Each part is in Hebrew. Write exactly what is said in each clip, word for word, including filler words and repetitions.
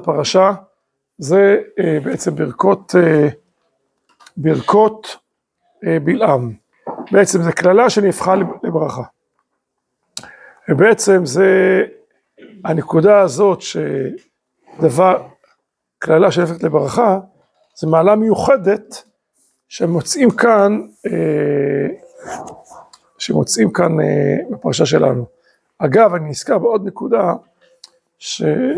הפרשה זה אה, בעצם ברכות, אה, ברכות אה, בלעם. בעצם זה כללה שנהפכה לברכה. ובעצם זה הנקודה הזאת שדבר, כללה שנהפכת לברכה, זה מעלה מיוחדת שמוצאים כאן, אה, שמוצאים כאן אה, בפרשה שלנו. אגב, אני נזכר בעוד נקודה, ש...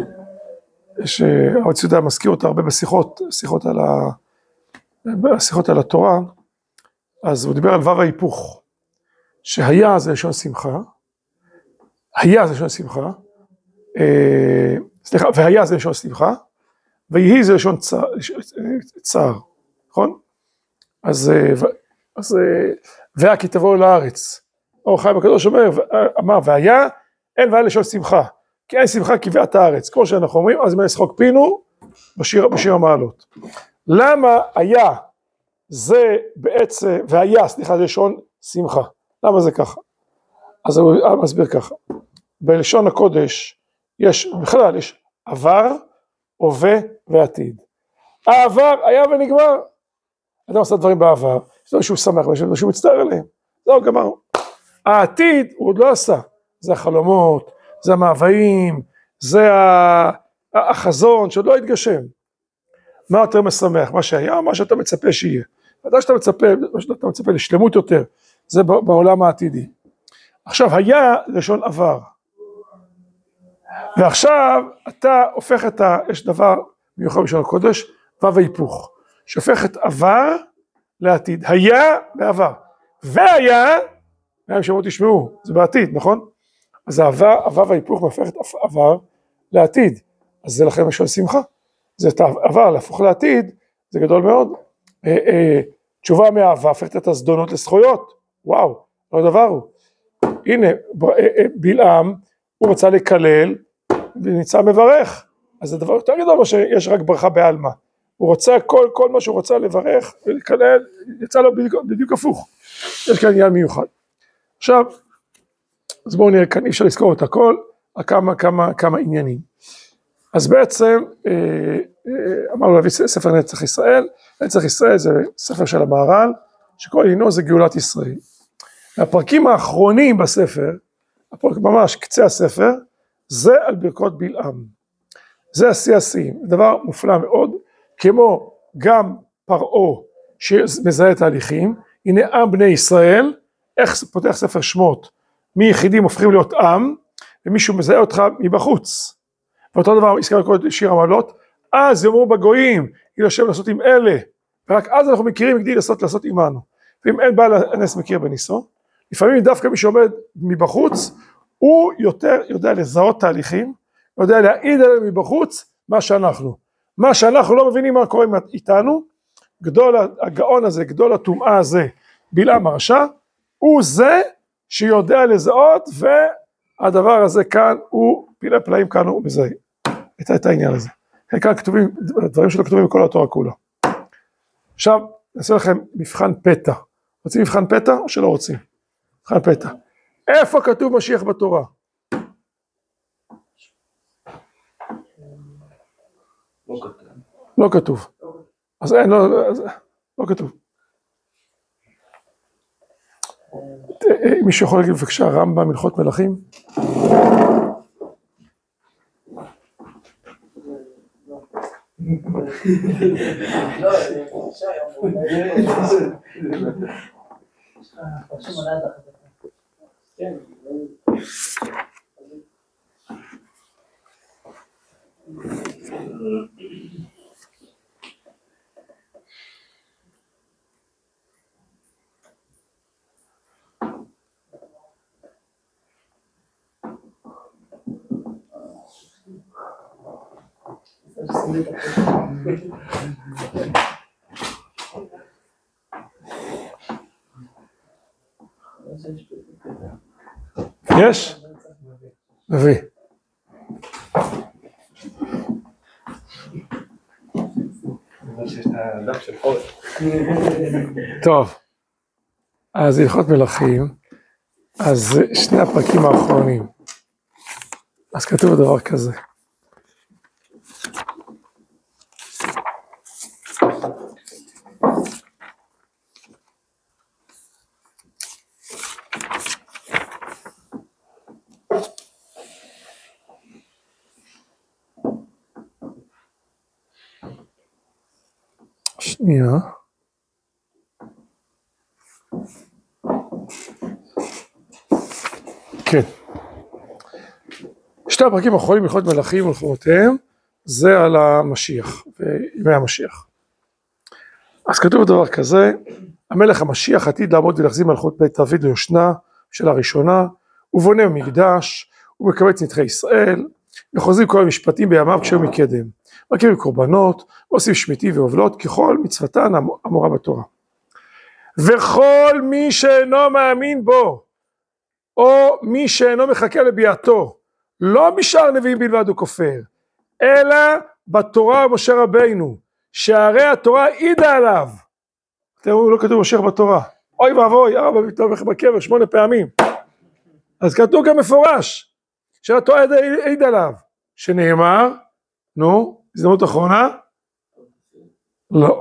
שהרב ציודה מזכיר אותה הרבה בשיחות, שיחות על, ה... בשיחות על התורה, אז הוא דיבר על וו ההיפוך, שהיה זה לשון שמחה, היה זה לשון שמחה, אה, סליחה, והיה זה לשון שמחה, ויהי זה לשון צער, צער, נכון? אז, אז, והיה כי תבואו לארץ, אור החיים הקדוש אומר, אמר, והיה, אין והיה לשון שמחה, כי אין שמחה כי ואת הארץ, כמו שאנחנו אומרים, אז מלשחוק פינו, בשיר, בשיר המעלות. למה היה זה בעצם, והיה, סליחה, זה לשון שמחה, למה זה ככה? אז הוא מסביר ככה, בלשון הקודש, יש, בכלל יש עבר, הווה ועתיד. העבר היה ונגמר. אדם עושה דברים בעבר, יש לו שהוא שמח, יש לו שהוא מצטער עליהם. זהו, גמר. העתיד הוא עוד לא עשה. זה החלומות, זה המאוויים, זה החזון שעוד לא התגשם. מה יותר משמח? מה שהיה או מה שאתה מצפה שיהיה? ודאי שאתה מצפה, שאתה מצפה לשלמות יותר, זה בעולם העתידי. עכשיו, היה לשון עבר. ועכשיו אתה הופך את ה... יש דבר מיוחד בשביל הקודש, וו ההיפוך, שהופך את עבר לעתיד. היה בעבר. והיה, מה שמות תשמעו, זה בעתיד, נכון? אז הוו ההיפוך הופך את עבר לעתיד. אז זה לכם משל שמחה. זה את העבר להפוך לעתיד, זה גדול מאוד. אה, אה, תשובה מהעבר, הופכת את הזדונות לזכויות. וואו, לא דבר הוא. הנה, בלעם, הוא רצה לקלל, ונמצא מברך, אז זה דבר יותר גדול, שיש רק ברכה בעלמא, הוא רוצה כל, כל מה שהוא רוצה לברך, ולקלל, יצא לו בדיוק, בדיוק הפוך, יש כאן עניין מיוחד. עכשיו, אז בואו נראה כאן, אי אפשר לזכור את הכל, כמה, כמה, כמה עניינים. אז בעצם, אמרנו להביא ספר נצח ישראל, נצח ישראל זה ספר של המהר"ל, שכל עניינו זה גאולת ישראל. הפרקים האחרונים בספר, הפרק ממש קצה הספר, זה על ברכות בלעם, זה השיא השיאים, דבר מופלא מאוד, כמו גם פרעה שמזהה תהליכים, הנה עם בני ישראל, איך פותח ספר שמות, מיחידים הופכים להיות עם, ומישהו מזהה אותך מבחוץ, ואותו דבר הזכרנו כל שיר המעלות, אז יאמרו בגויים, יהיה השם לעשות עם אלה, ורק אז אנחנו מכירים הגדיל לעשות לעשות עמנו, ואם אין בעל הנס מכיר בניסו, לפעמים דווקא מי שעומד מבחוץ, הוא יותר יודע לזהות תהליכים, יודע להעיד עליהם מבחוץ מה שאנחנו. מה שאנחנו לא מבינים מה קורה איתנו, גדול הגאון הזה, גדול הטומאה הזה, בלעם הרשע, הוא זה שיודע לזהות, והדבר הזה כאן הוא, פילי פלאים כאן הוא מזהה. את, את העניין הזה. כאן כתובים, הדברים שלו כתובים בכל התורה כולה. עכשיו, נעשה לכם מבחן פתע. רוצים מבחן פתע או שלא רוצים? מבחן פתע. איפה כתוב משיח בתורה? לא כתוב. לא כתוב. אז אין, לא, אז, לא כתוב. מישהו יכול להגיד בבקשה, רמב"ם הלכות מלכים? יש? מביא. טוב, אז הלכות מלכים, אז שני הפרקים האחרונים, אז כתוב הדבר כזה. שנייה. כן. שתי הפרקים האחרונים הלכות מלכים ולחומותיהם, זה על המשיח, וימי המשיח. אז כתוב דבר כזה, המלך המשיח עתיד לעמוד ולהחזיר מלכות בית דוד ליושנה של הראשונה, הוא בונה מקדש, הוא מקבץ נדחי ישראל, וחוזרים כל המשפטים בימיו כשהוא מקדם. מקריבים קורבנות, ועושים שמיטים ועובלות, ככל מצוותן המורה בתורה. וכל מי שאינו מאמין בו, או מי שאינו מחכה לביאתו, לא משאר נביאים בלבד הוא כופר, אלא בתורה משה רבינו, שהרי התורה העידה עליו. תראו, לא כתוב משה בתורה. אוי ואבוי, הרב מתלבח בקבר שמונה פעמים. אז כתוב גם מפורש, שהתורה העידה עליו, שנאמר, נו, הזדמנות אחרונה? לא.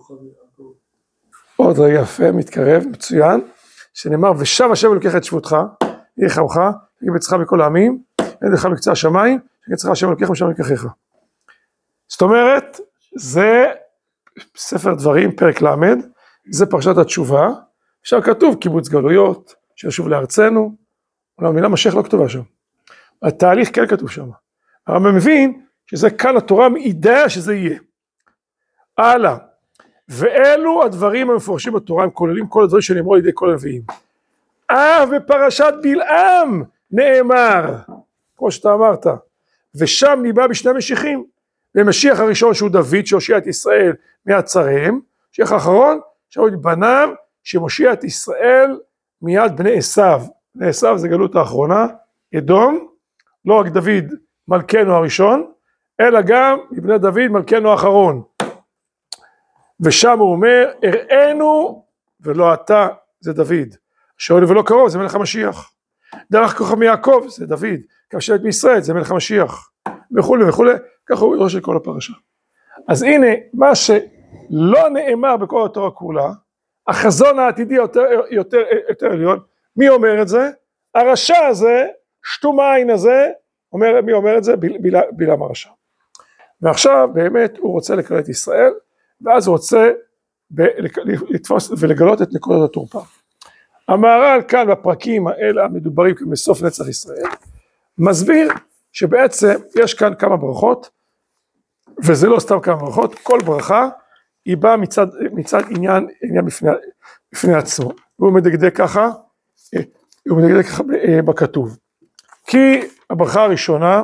עוד רגע יפה, מתקרב, מצוין, שנאמר, ושב השם ולוקח את שבותך, ירחמך, יבצך מכל העמים, ידך מקצה השמיים, יצרך השם ולוקח משם לקחיך. זאת אומרת, זה ספר דברים, פרק למד, זה פרשת התשובה, עכשיו כתוב קיבוץ גלויות, שישוב לארצנו, אבל המילה משך לא כתובה שם. התהליך כן כתוב שם. הרמב"ם מבין שזה כאן התורה מעידה שזה יהיה. הלאה. ואלו הדברים המפורשים בתורה, הם כוללים כל הדברים שנאמרו על ידי כל הנביאים. אף בפרשת בלעם נאמר, כמו שאתה אמרת, ושם ניבא בשני משיחים, ומשיח הראשון שהוא דוד שהושיע את ישראל מיד צריהם, משיח האחרון שהוא את בניו שמושיע את ישראל מיד בני עשיו. בני עשיו זה גלות האחרונה, אדום, לא רק דוד מלכנו הראשון, אלא גם מבני דוד מלכנו האחרון. ושם הוא אומר, הראינו ולא אתה, זה דוד. שאול ולא קרוב, זה מלך המשיח. דרך כוכב מיעקב, זה דוד. גם שבט מישראל, זה מלך המשיח. וכו' וכו', ככה הוא ראש של כל הפרשה. אז הנה, מה שלא נאמר בכל התורה כולה, החזון העתידי יותר, יותר, יותר עליון, מי אומר את זה? הרשע הזה, שתום העין הזה, אומר, מי אומר את זה? בלעם הרשע. ועכשיו באמת הוא רוצה לקרוא את ישראל, ואז הוא רוצה לתפוס ולגלות את נקודות התורפה. המהר"ל כאן בפרקים האלה המדוברים בסוף נצח ישראל, מסביר שבעצם יש כאן כמה ברכות, וזה לא סתם כמה ברכות, כל ברכה היא באה מצד, מצד עניין, עניין בפני, בפני עצמו. והוא מדקדק ככה, הוא מדקדק ככה בכתוב. כי הברכה הראשונה,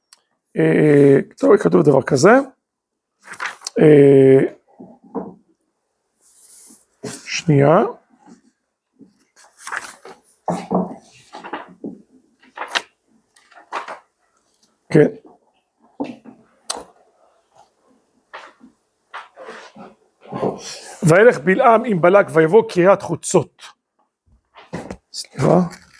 כתוב דבר כזה, שנייה, כן, וילך בלעם עם בלק ויבוא קריית חוצות. סליחה.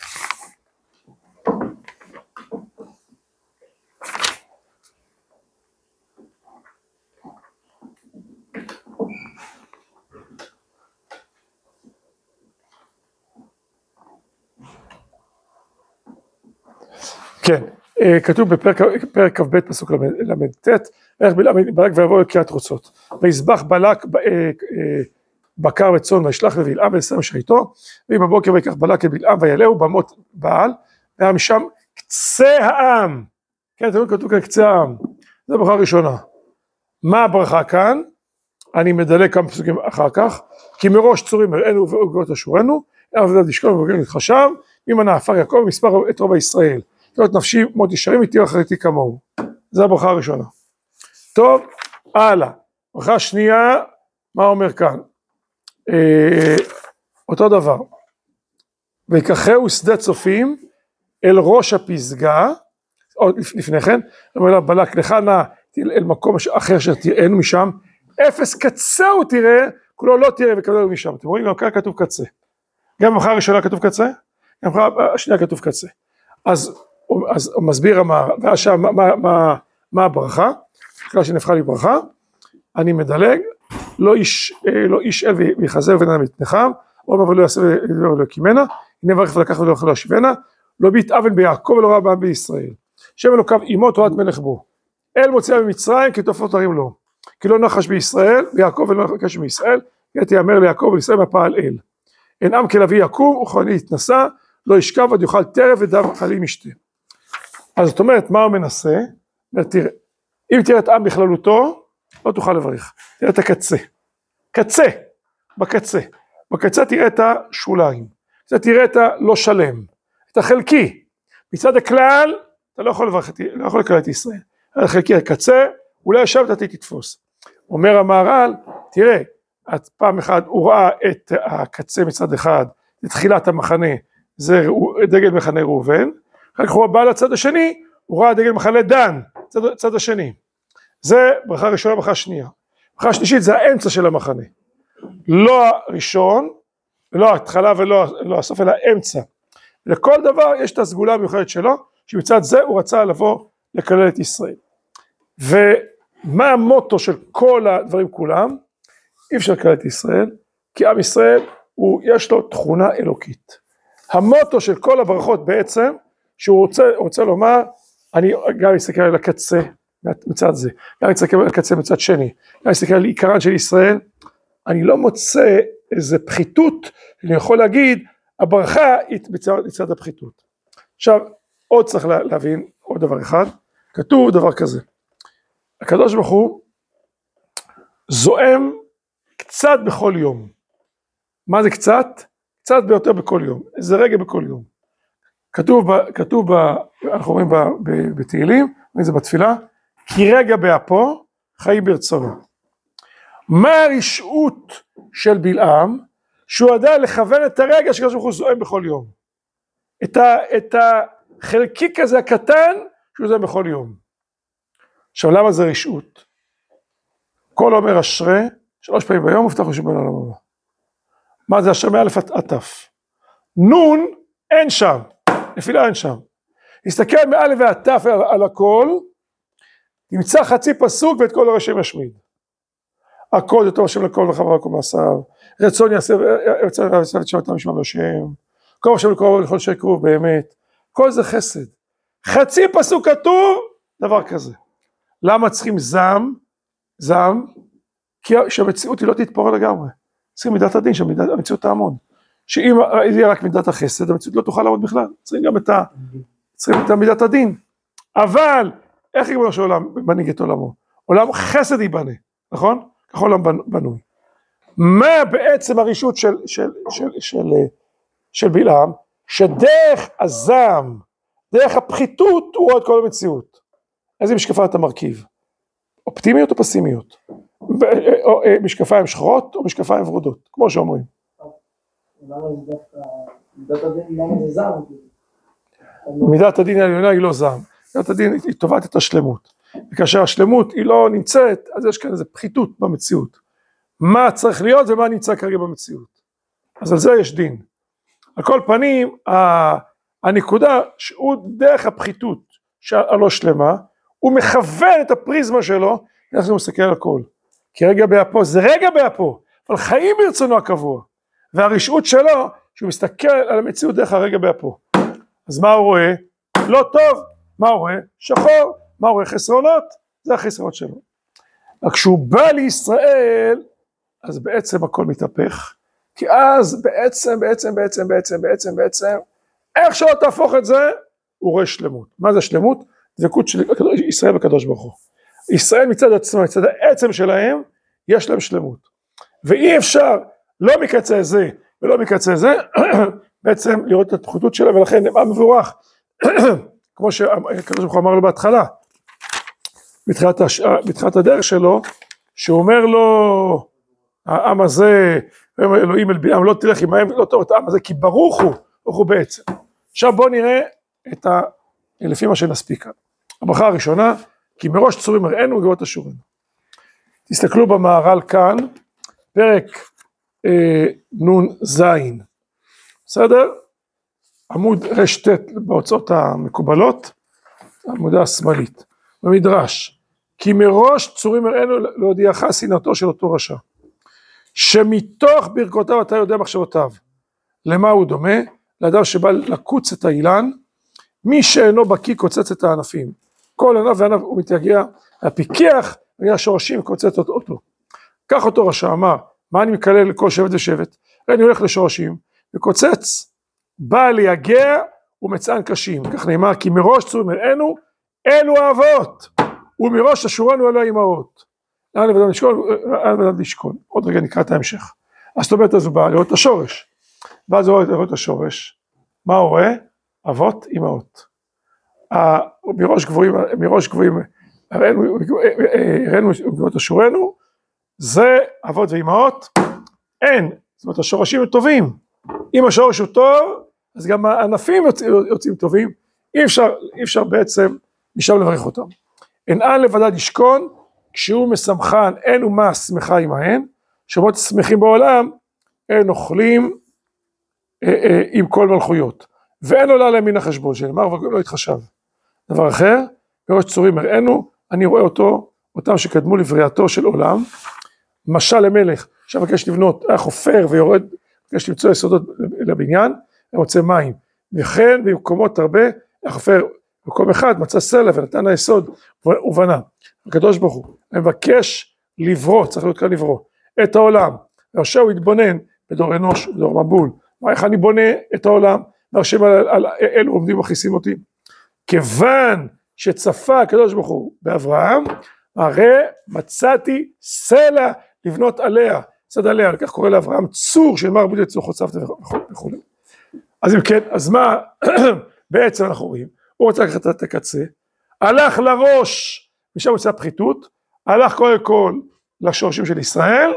כן, כתוב בפרק כ"ב פסוק למ"ט, וילך בלעם עם בלק ויבוא קריית חוצות. ויזבח בלק בקר וצאן וישלח לבלעם ולעשר אשר איתו, ויהי בבוקר ויקח בלק לבלעם ויעלהו במות בעל, והיה משם קצה העם. כן, כתוב כאן קצה העם. זו הברכה הראשונה. מה הברכה כאן? אני מדלג כמה פסוקים אחר כך, כי מראש צורים הראינו ועוגות אשורנו, עבודת לשכון ועוגים להתחשב, ממנה עפר יעקב ומספר את רוב ישראל. תהיות נפשי מות ישרים איתי ואחריתי כמוהו. זו הברכה הראשונה. טוב, הלאה. ברכה שנייה, מה אומר כאן? אה, אותו דבר. ויקחהו שדה צופים אל ראש הפסגה, או לפני כן, אומר לה בלק לך נא אל מקום אחר שתראינו משם, אפס קצהו תראה, כולו לא תראה וקבלנו משם. אתם רואים, גם כאן כתוב קצה. גם ברכה הראשונה כתוב קצה, גם ברכה השנייה כתוב קצה. אז אז הוא מסביר המהר"ל, ועכשיו מה, מה, מה, מה הברכה? כלל שנבחר לי ברכה, אני מדלג, לא איש, לא איש אל ויחזר ובנה מתנחם, או אבל לא יעשה ולא יקימנה, הנה ברך ולקח ולא יאכל להשיבנה, לא בית אבן ביעקב ולא רע בעם בישראל. שם אלוקיו עמו תורת מלך בו, אל מוציאה ממצרים כי תופעות הרים לו. כי לא נחש בישראל, ויעקב ולא נחש מישראל, יתי אמר ליעקב ולישראל מפעל אל. אין עם כלביא יקום, וכהני יתנשא, לא ישכב עד יאכל טרף ודם חלים ישתה. אז זאת אומרת, מה הוא מנסה? תראה, אם תראה את עם בכללותו, לא תוכל לברך. תראה את הקצה. קצה, בקצה. בקצה תראה את השוליים. תראה את הלא שלם, את החלקי. מצד הכלל, אתה לא יכול לברך, לא יכול לקרוא את ישראל. החלקי הקצה, אולי עכשיו אתה תתפוס. אומר המהר"ל, תראה, פעם אחת הוא ראה את הקצה מצד אחד, לתחילת המחנה, זה דגל מחנה ראובן, אחר כך הוא בא לצד השני, הוא ראה דגל מחנה דן, צד, צד השני. זה ברכה ראשונה, ברכה שנייה. ברכה שלישית זה האמצע של המחנה. לא הראשון, לא ההתחלה ולא לא הסוף, אלא האמצע. לכל דבר יש את הסגולה המיוחדת שלו, שמצד זה הוא רצה לבוא לקלל את ישראל. ומה המוטו של כל הדברים כולם? אי אפשר לקלל את ישראל, כי עם ישראל הוא, יש לו תכונה אלוקית. המוטו של כל הברכות בעצם, שהוא רוצה, רוצה לומר, אני גם אסתכל על הקצה מצד זה, גם אסתכל על הקצה מצד שני, גם אסתכל על עיקרן של ישראל, אני לא מוצא איזה פחיתות, אני יכול להגיד, הברכה היא מצד הפחיתות. עכשיו, עוד צריך להבין עוד דבר אחד, כתוב דבר כזה, הקדוש ברוך הוא זועם קצת בכל יום. מה זה קצת? קצת ביותר בכל יום, איזה רגע בכל יום. כתוב, ב, כתוב ב, אנחנו רואים ב, ב, בתהילים, זה בתפילה, כי רגע באפו חיים ברצונו. מה הרשעות של בלעם? שהוא ידע לכוון את הרגע שקדוש ברוך הוא זועם בכל יום. את, ה, את החלקיק הזה הקטן שהוא זועם בכל יום. עכשיו למה זה רשעות? כל אומר אשרי, שלוש פעמים ביום מובטח לשם בין העולם הבא. מה זה אשרי מאלף עד תף? נון אין שם, נפילה אין שם. הסתכל מאלף ועד תף על, על הכל, ימצא חצי פסוק ואת כל הרשם ישמיד. הכל יותר השם לכל וחברה כל מעשיו, רצון יעשה, רצון יעשה את שמתם משמע בשם, כל השם לכל ולכל שיקרוב באמת, כל זה חסד. חצי פסוק כתוב, דבר כזה. למה צריכים זעם? זעם, כי שהמציאות היא לא תתפורר לגמרי. צריכים מידת הדין, שהמציאות תעמוד. שאם יהיה רק מידת החסד, המציאות לא תוכל לעמוד בכלל. צריכים גם את ה... צריכים את מידת הדין. אבל, איך יגמר שעולם מנהיג את עולמו? עולם חסד ייבנה, נכון? כך עולם בנוי. מה בעצם הרשות של, של, של, של, של בלעם? שדרך הזעם, דרך הפחיתות, הוא רואה את כל המציאות. איזה משקפה אתה מרכיב? אופטימיות או פסימיות? או משקפיים שחורות או משקפיים ורודות, כמו שאומרים. למה זה דווקא, מידת הדין, למה זה זעם? מידת הדין העליונה היא לא זעם, מידת הדין היא טובת את השלמות, וכאשר השלמות היא לא נמצאת, אז יש כאן איזו פחיתות במציאות, מה צריך להיות ומה נמצא כרגע במציאות, אז על זה יש דין. על כל פנים, הנקודה שהוא דרך הפחיתות הלא שלמה, הוא מכוון את הפריזמה שלו, איך זה מסתכל על הכל, כי רגע באפו זה רגע באפו, אבל חיים ברצונו הקבוע, והרשעות שלו, שהוא מסתכל על המציאות דרך הרגע באפו. אז מה הוא רואה? לא טוב. מה הוא רואה? שחור. מה הוא רואה? חסרונות. זה החסרונות שלו. רק כשהוא בא לישראל, אז בעצם הכל מתהפך, כי אז בעצם, בעצם, בעצם, בעצם, בעצם, בעצם, איך שלא תהפוך את זה, הוא רואה שלמות. מה זה שלמות? דבקות של ישראל בקדוש ברוך הוא. ישראל מצד עצמו, מצד העצם שלהם, יש להם שלמות. ואי אפשר, לא מקצה זה ולא מקצה זה, בעצם לראות את הפחותות שלה, ולכן נאמר מבורך, כמו שהקדוש ברוך הוא אמר לו בהתחלה, בתחילת, הש... בתחילת הדרך שלו, שהוא אומר לו, העם הזה, אלוהים אל בלעם, לא תלך עם העם, לא תראו את העם הזה, כי ברוך הוא, ברוך הוא בעצם. עכשיו בואו נראה את ה... לפי מה שנספיק כאן. הברכה הראשונה, כי מראש צורים הראינו וגאות אשורנו. תסתכלו במהר"ל כאן, פרק אה, נון זין, בסדר? עמוד רשת בהוצאות המקובלות, עמודה השמאלית, במדרש, כי מראש צורים הראינו להודיעך שנאתו של אותו רשע, שמתוך ברכותיו אתה יודע מחשבותיו. למה הוא דומה? לאדם שבא לקוץ את האילן, מי שאינו בקיא קוצץ את הענפים, כל ענף וענף הוא מתייגע, הפיקח היה שורשים וקוצץ אותו. קח אותו רשע, אמר, מה אני מקלל לכל שבט ושבט? אני הולך לשורשים וקוצץ, בא ליגע ומצען קשים. כך נאמר, כי מראש צור מראינו, אלו האבות, ומראש אשורנו אלו האמהות. לאן לבדם לשכון, לאן לבדם לשכון. עוד רגע נקרא את ההמשך. אז זאת אומרת, אז הוא בא לראות את השורש. ואז הוא רואה לראות את השורש. מה הוא רואה? אבות, אמהות. מראש גבוהים, מראש גבוהים, הראינו וגבוהות אשורנו, זה אבות ואמהות, אין, זאת אומרת השורשים הם טובים, אם השורש הוא טוב, אז גם הענפים יוצאים טובים, אי אפשר, אי אפשר בעצם משם לברך אותם. אין על לבדד ישכון, כשהוא משמחן, אין ומה שמחה עמהן, שמות שמחים בעולם, אין אוכלים אה, אה, עם כל מלכויות, ואין עולה להם מן החשבון, שנאמר ולא יתחשב. דבר אחר, בראש צורים הראינו, אני רואה אותו, אותם שקדמו לבריאתו של עולם, משל למלך, שמבקש לבנות, היה חופר ויורד, מבקש למצוא יסודות לבניין, ומוצא מים, וכן במקומות הרבה, היה חופר במקום אחד, מצא סלע ונתן היסוד, ובנה. הקדוש ברוך הוא, אני מבקש לברוא, צריך להיות כאן לברוא, את העולם, והרשע הוא יתבונן בדור אנוש, בדור מבול, מה איך אני בונה את העולם, והרשעים על, על אלו עומדים מכניסים אותי, כיוון שצפה הקדוש ברוך הוא באברהם, הרי מצאתי סלע לבנות עליה, צד עליה, לכך קורא לאברהם צור של מר בודי צור חוצבת וכו'. אז אם כן, אז מה בעצם אנחנו רואים? הוא רוצה לקחת את הקצה, הלך לראש, משם יוצא פחיתות, הלך קודם כל לשורשים של ישראל,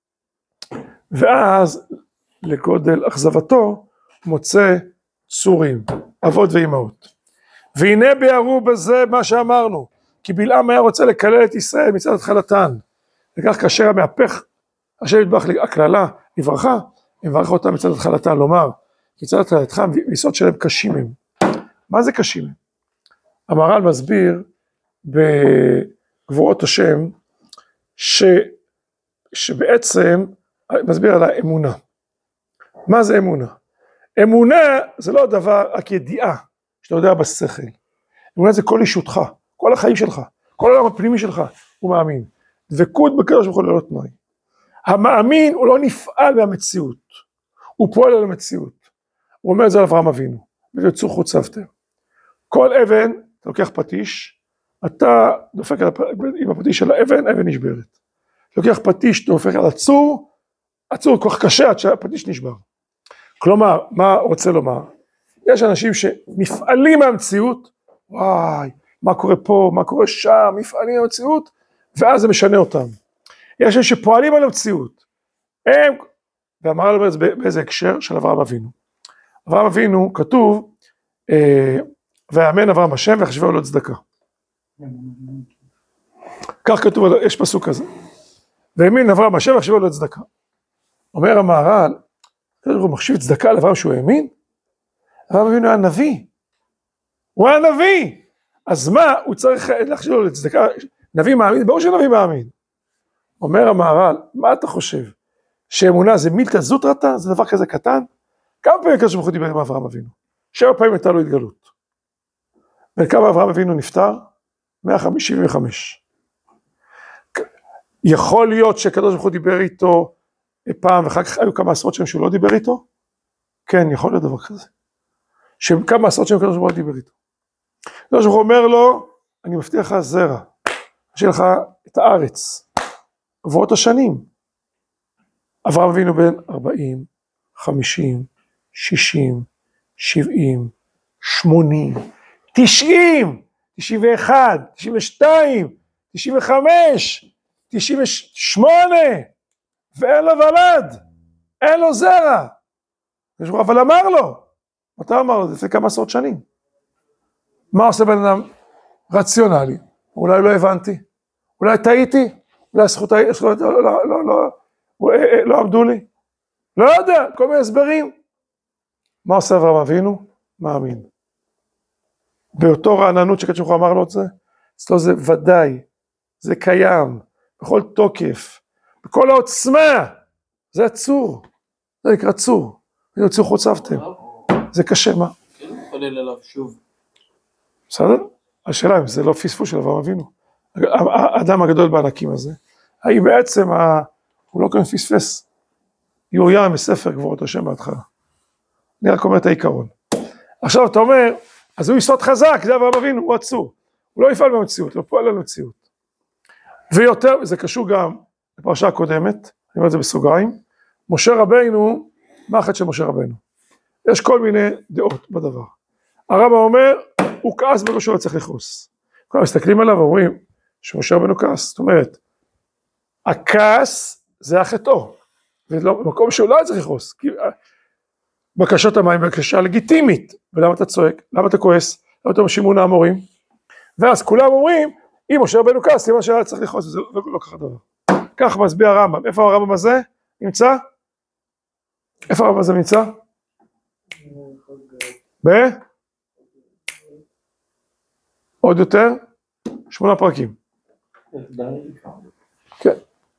ואז לגודל אכזבתו מוצא צורים, אבות ואימהות. והנה ביארו בזה מה שאמרנו, כי בלעם היה רוצה לקלל את ישראל מצד התחלתן, וכך כאשר המהפך השם יתברך הכללה לברכה, מברך אותה מצד התחלתן, לומר, מצד התחלתך ויסוד שלהם קשים הם. מה זה קשים הם? המהר"ל מסביר בגבורות השם, ש, שבעצם מסביר על האמונה. מה זה אמונה? אמונה זה לא דבר, רק ידיעה, שאתה יודע בשכל. אמונה זה כל אישותך, כל החיים שלך, כל העולם הפנימי שלך, הוא מאמין. דבקות בקדוש ברוך הוא ללא תנאי. המאמין הוא לא נפעל מהמציאות, הוא פועל על המציאות. הוא אומר את זה על אברהם אבינו, ויצאו חוצבתם. כל אבן, אתה לוקח פטיש, אתה דופק עם הפטיש של האבן, האבן נשברת. לוקח פטיש, אתה דופק על הצור, הצור כל כך קשה עד שהפטיש נשבר. כלומר, מה רוצה לומר? יש אנשים שמפעלים מהמציאות, וואי, מה קורה פה, מה קורה שם, מפעלים מהמציאות, ואז זה משנה אותם. יש אנשים שפועלים על המציאות, הם, ואמר לו באיזה הקשר של אברהם אבינו. אברהם אבינו כתוב, אה, ויאמן אברהם השם ויחשבהו לו צדקה. כך כתוב, יש פסוק כזה. והאמין אברהם השם ויחשבהו לו צדקה. אומר המהר"ל, הוא מחשיב צדקה לאברהם שהוא האמין? אברהם אבינו היה נביא. הוא היה נביא. אז מה, הוא צריך להחשיב לו לצדקה? נביא מאמין? ברור שנביא מאמין. אומר המהר"ל, מה אתה חושב? שאמונה זה מילתא זוטרתא? זה דבר כזה קטן? כמה פעמים הקדוש ברוך הוא דיבר עם אברהם אבינו? שבע פעמים הייתה לו התגלות. וכמה אברהם אבינו נפטר? מאה חמישים וחמש. יכול להיות שהקדוש ברוך הוא דיבר איתו פעם, ואחר כך היו כמה עשרות שנים שהוא לא דיבר איתו? כן, יכול להיות דבר כזה. שכמה עשרות שנים הקדוש ברוך הוא דיבר איתו. הקדוש ברוך הוא אומר לו, אני מבטיח לך זרע, יש לך את הארץ, עברות השנים. אברהם אבינו בן ארבעים, חמישים, שישים, שבעים, שמונים, תשעים, תשעים ואחת, תשעים ושתיים, תשעים וחמש, תשעים ושמונה, ואין לו ולד, אין לו זרע. אבל אמר לו, מתי אמר לו? זה לפני כמה עשרות שנים. מה עושה בן אדם רציונלי? אולי לא הבנתי, אולי טעיתי, אולי זכות, לא, לא, לא, לא, לא, לא עמדו לי, לא יודע, כל מיני הסברים. מה עושה אברהם אבינו? מאמין. באותו רעננות שקדוש ברוך הוא אמר לו את זה, אצלו זה ודאי, זה קיים, בכל תוקף, בכל העוצמה, זה הצור, זה נקרא צור, זה צור חוצבתם, זה קשה, מה? כן, מתפלל עליו שוב. בסדר? השאלה אם זה לא פספוס של אברהם אבינו, האדם הגדול בענקים הזה, האם בעצם ה... הוא לא כאן פספס יוריה מספר גבורות השם בהתחלה. אני רק אומר את העיקרון. עכשיו אתה אומר, אז הוא יסוד חזק, זה אברהם אבינו, הוא עצור. הוא לא יפעל במציאות, הוא פועל במציאות. ויותר, זה קשור גם לפרשה הקודמת, אני אומר את זה בסוגריים, משה רבינו, מה החטא של משה רבינו? יש כל מיני דעות בדבר. הרמב"ם אומר, הוא כעס בראש שהוא לא צריך לכעוס. כולם מסתכלים עליו ואומרים, שמשה רבינו כעס, זאת אומרת, הכעס זה החטאו, ובמקום שהוא לא צריך לכעוס, כי בקשת המים בקשה לגיטימית, ולמה אתה צועק? למה אתה כועס? למה אתה משימון האמורים? ואז כולם אומרים, אם משה רבינו כעס, זה מה שהיה צריך לכעוס, וזה לא, לא ככה דבר. כך מסביר הרמב"ם. איפה הרמב"ם הזה נמצא? איפה הרמב"ם הזה נמצא? ב? עוד יותר? שמונה פרקים. כן.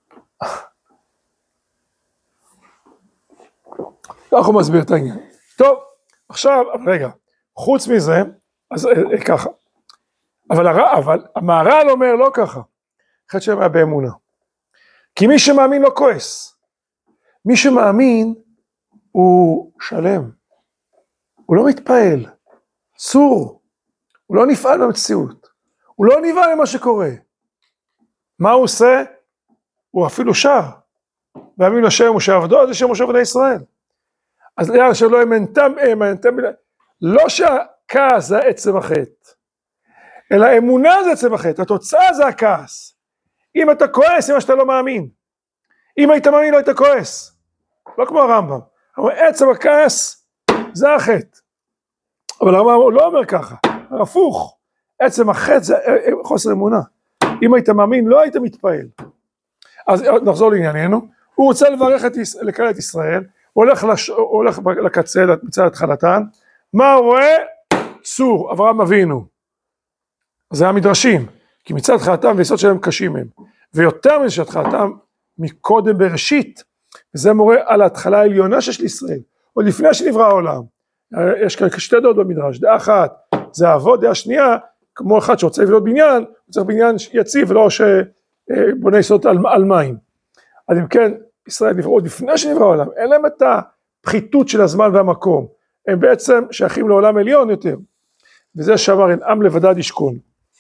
כך הוא מסביר את העניין. טוב, עכשיו, רגע, חוץ מזה, אז אה, ככה. אבל, הר... אבל המהר"ל אומר לא ככה. חטא שם היה באמונה. כי מי שמאמין לא כועס. מי שמאמין הוא שלם. הוא לא מתפעל. צור. הוא לא נפעל במציאות. הוא לא נבהל ממה שקורה. מה הוא עושה? הוא אפילו שר. ואמין לשם משה עבדו, זה שם משה עבדי ישראל. אז יאללה שלא אמנתם, אמנתם, לא שהכעס זה עצם החטא, אלא אמונה זה עצם החטא, התוצאה זה הכעס. אם אתה כועס, אם אתה לא מאמין. אם היית מאמין, לא היית כועס. לא כמו הרמב"ם. אבל עצם הכעס זה החטא. אבל הרמב"ם לא אומר ככה, הפוך. עצם החטא זה חוסר אמונה. אם היית מאמין, לא היית מתפעל. אז נחזור לענייננו. הוא רוצה לברך את, לקרוא את ישראל, הוא הולך, לש... הוא הולך לקצה, מצד התחלתן. מה הוא רואה? צור, אברהם אבינו. זה המדרשים, כי מצד התחלתם ויסוד שלהם קשים הם. ויותר מזה שהתחלתם מקודם בראשית, וזה מורה על ההתחלה העליונה שיש לישראל, עוד לפני שנברא העולם. יש כאן שתי דעות במדרש, דעה אחת זה אבות, דעה שנייה, כמו אחד שרוצה לבנות בניין, הוא צריך בניין יציב ולא שבונה יסוד על, על מים. אז אם כן, ישראל נברא עוד לפני שנברא העולם, אין להם את הפחיתות של הזמן והמקום, הם בעצם שייכים לעולם עליון יותר, וזה שאמר אין עם לבדד ישכון.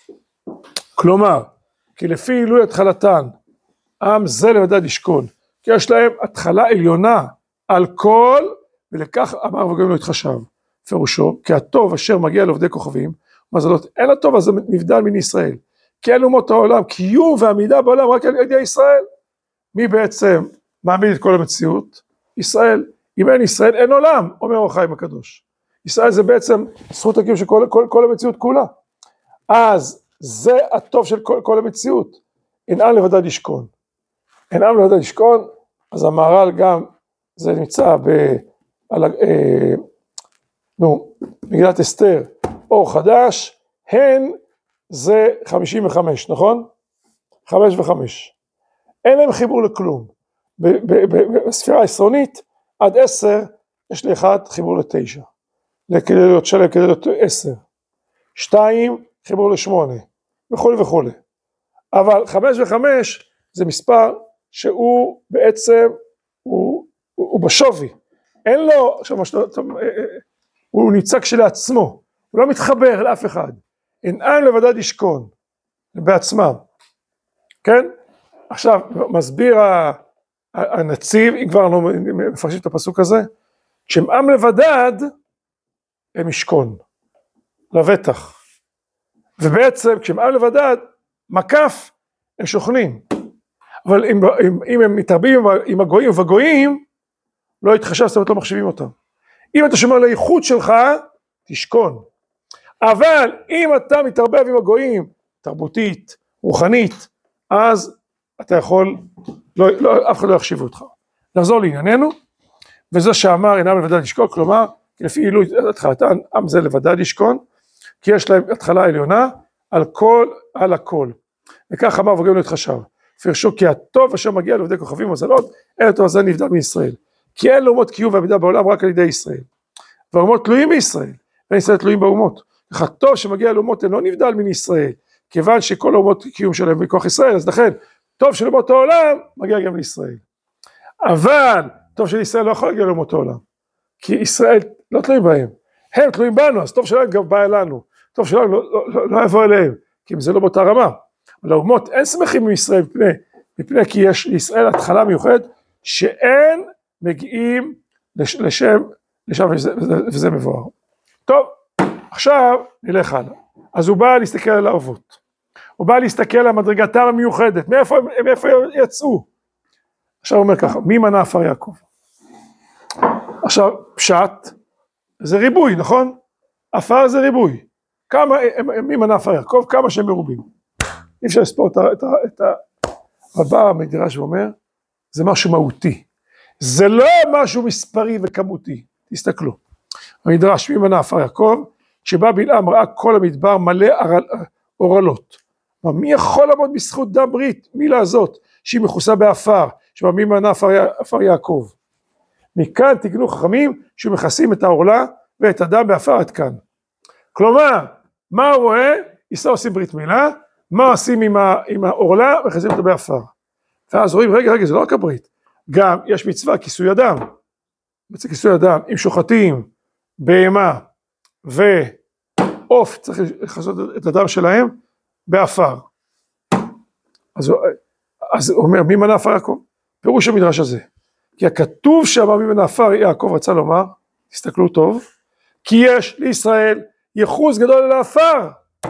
כלומר, כי לפי עילוי התחלתן, עם זה לבדד ישכון, כי יש להם התחלה עליונה על כל, ולכך אמר וגם לא התחשב, פירושו, כי הטוב אשר מגיע לעובדי כוכבים, מזלות, אין הטוב הזה נבדל מן ישראל, כי אין אומות העולם, קיום ועמידה בעולם רק על ידי ישראל. מי בעצם מעמיד את כל המציאות? ישראל. אם אין ישראל, אין עולם, אומר אור החיים הקדוש. ישראל זה בעצם זכות הקיום של כל, כל, כל המציאות כולה. אז זה הטוב של כל, כל המציאות. אין עם לבדד ישכון. אין עם לבדד ישכון, אז המהר"ל גם, זה נמצא ב... על, אה, נו, מגילת אסתר, אור חדש, הן זה חמישים וחמש, נכון? חמש וחמש. אין להם חיבור לכלום. בספירה העשרונית, עד עשר, יש לי אחד חיבור לתשע. כדי להיות שלם, כדי להיות עשר. שתיים, חיבור לשמונה. וכו' וכו'. אבל חמש וחמש, זה מספר שהוא בעצם, הוא, הוא, הוא בשווי. אין לו, הוא נמצא כשלעצמו. הוא לא מתחבר לאף אחד. אין עם לבדד ישכון. בעצמם. כן? עכשיו, מסביר הנציב, אם כבר לא מפרשים את הפסוק הזה, כשהם עם לבדד, הם ישכון, לבטח. ובעצם, כשהם עם לבדד, מקף, הם שוכנים. אבל אם, אם, אם הם מתרבים עם הגויים ובגויים, לא יתחשב, זאת אומרת, לא מחשיבים אותם. אם אתה שומר לייחוד שלך, תשכון. אבל אם אתה מתרבב עם הגויים, תרבותית, רוחנית, אז אתה יכול, לא, לא, אף אחד לא יחשיב אותך. נחזור לענייננו, וזה שאמר אינם לבדד ישכון, כלומר, לפי עילוי התחלתן, עם זה לבדד ישכון, כי יש להם התחלה עליונה, על כל, על הכל. וכך אמר וגם לא התחשב. פרשו כי הטוב אשר מגיע לעובדי כוכבים ומזלות, אין הטוב הזה נבדל מישראל. כי אין לאומות קיום ועמידה בעולם רק על ידי ישראל. והאומות תלויים בישראל, ואין ישראל תלויים באומות. כך הטוב שמגיע לאומות אינו נבדל מן ישראל, כיוון שכל האומות קיום שלהם מכוח ישראל, אז לכן, טוב של אומות העולם, מגיע גם לישראל. אבל, טוב של ישראל לא יכול להגיע לאומות העולם, כי ישראל לא תלויים בהם, הם תלויים בנו, אז טוב שלהם גם בא אלינו, טוב שלהם לא, לא, לא, לא יבוא אליהם, כי אם זה לא באותה רמה. אבל האומות אין שמחים מישראל, מפני, מפני כי יש לישראל התחלה מיוחדת, שאין מגיעים לש, לשם, לשם וזה, וזה, וזה מבואר. טוב, עכשיו נלך הלאה. אז הוא בא להסתכל על האבות, הוא בא להסתכל על מדרגתם המיוחדת, מאיפה, מאיפה יצאו? עכשיו הוא אומר ככה, מי מנה עפר יעקב? עכשיו, פשט, זה ריבוי, נכון? עפר זה ריבוי. כמה, מי מנה עפר יעקב? כמה שהם מרובים. אי אפשר לספור את ה... את ה, את ה רבה המדרש ואומר, זה משהו מהותי. זה לא משהו מספרי וכמותי. תסתכלו. המדרש, מי מנה עפר יעקב? כשבא בלעם ראה כל המדבר מלא אורלות. מי יכול לעמוד בזכות דם ברית? מילה הזאת, שהיא מכוסה באפר, שבה מי מנה עפר יעקב. מכאן תגנו חכמים שמכסים את העורלה ואת הדם באפר עד כאן. כלומר, מה הוא רואה? ישראל עושים ברית מילה, מה עושים עם, ה, עם העורלה? מכסים אותה באפר. ואז רואים, רגע, רגע, זה לא רק הברית. גם יש מצווה, כיסוי הדם. מצווה כיסוי הדם, אם שוחטים, בהמה ועוף, צריך לכסות את הדם שלהם באפר. אז, אז הוא אומר, מי מנה עפר יעקב? פירוש המדרש הזה. כי הכתוב שם, מי מנה עפר יעקב רצה לומר, תסתכלו טוב, כי יש לישראל ייחוס גדול אל העפר.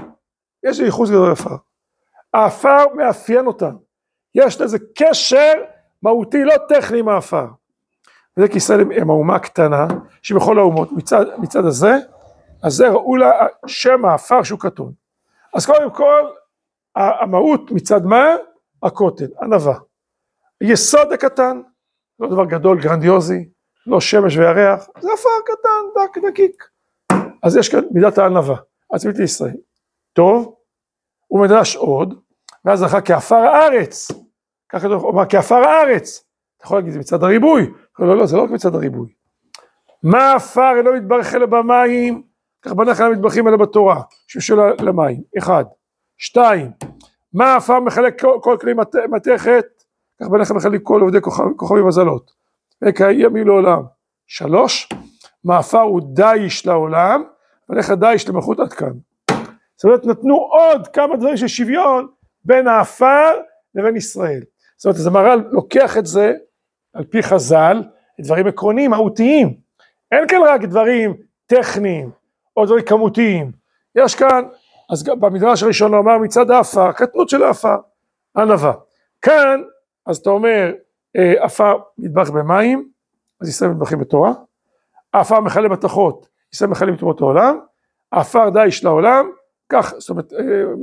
יש לי ייחוס גדול אל העפר. העפר מאפיין אותם. יש לזה קשר מהותי, לא טכני עם העפר. וזה כי ישראל הם האומה הקטנה, שבכל האומות, מצד, מצד הזה, אז זה ראו לה שם העפר שהוא קטון. אז קודם כל, המהות מצד מה? הקוטן, ענווה. יסוד הקטן, לא דבר גדול, גרנדיוזי, לא שמש וירח, זה עפר קטן, דק, דקיק. אז יש כאן מידת הענווה, עצמית לישראל. טוב, הוא מדרש עוד, ואז אחר כעפר הארץ, ככה הוא אומר, כעפר הארץ, אתה יכול להגיד, זה מצד הריבוי, לא, לא, זה לא רק מצד הריבוי. מה העפר אינו מתברך אלא במים, כך בניך לא מתברכים אלא בתורה, שמשול למים, אחד. שתיים, מה העפר מחלק כל, כל כלי מתכת, כך בניך מחלק כל עובדי כוכבים מזלות, וקיימים לעולם. שלוש, מה העפר הוא דייש לעולם, בניך דייש למלכות עד כאן. זאת אומרת, נתנו עוד כמה דברים של שוויון, בין העפר לבין ישראל. זאת אומרת, אז המהר"ל לוקח את זה, על פי חז"ל, דברים עקרוניים, מהותיים. אין כאן רק דברים טכניים, או דברים כמותיים. יש כאן, אז במדרש הראשון הוא אמר מצד העפר, קטנות של העפר, ענווה. כאן, אז אתה אומר, עפר מטבח במים, אז ישראל מטבחים בתורה, העפר מכלה מתכות, ישראל מכלים בתורות העולם, העפר דייש לעולם, כך, זאת אומרת,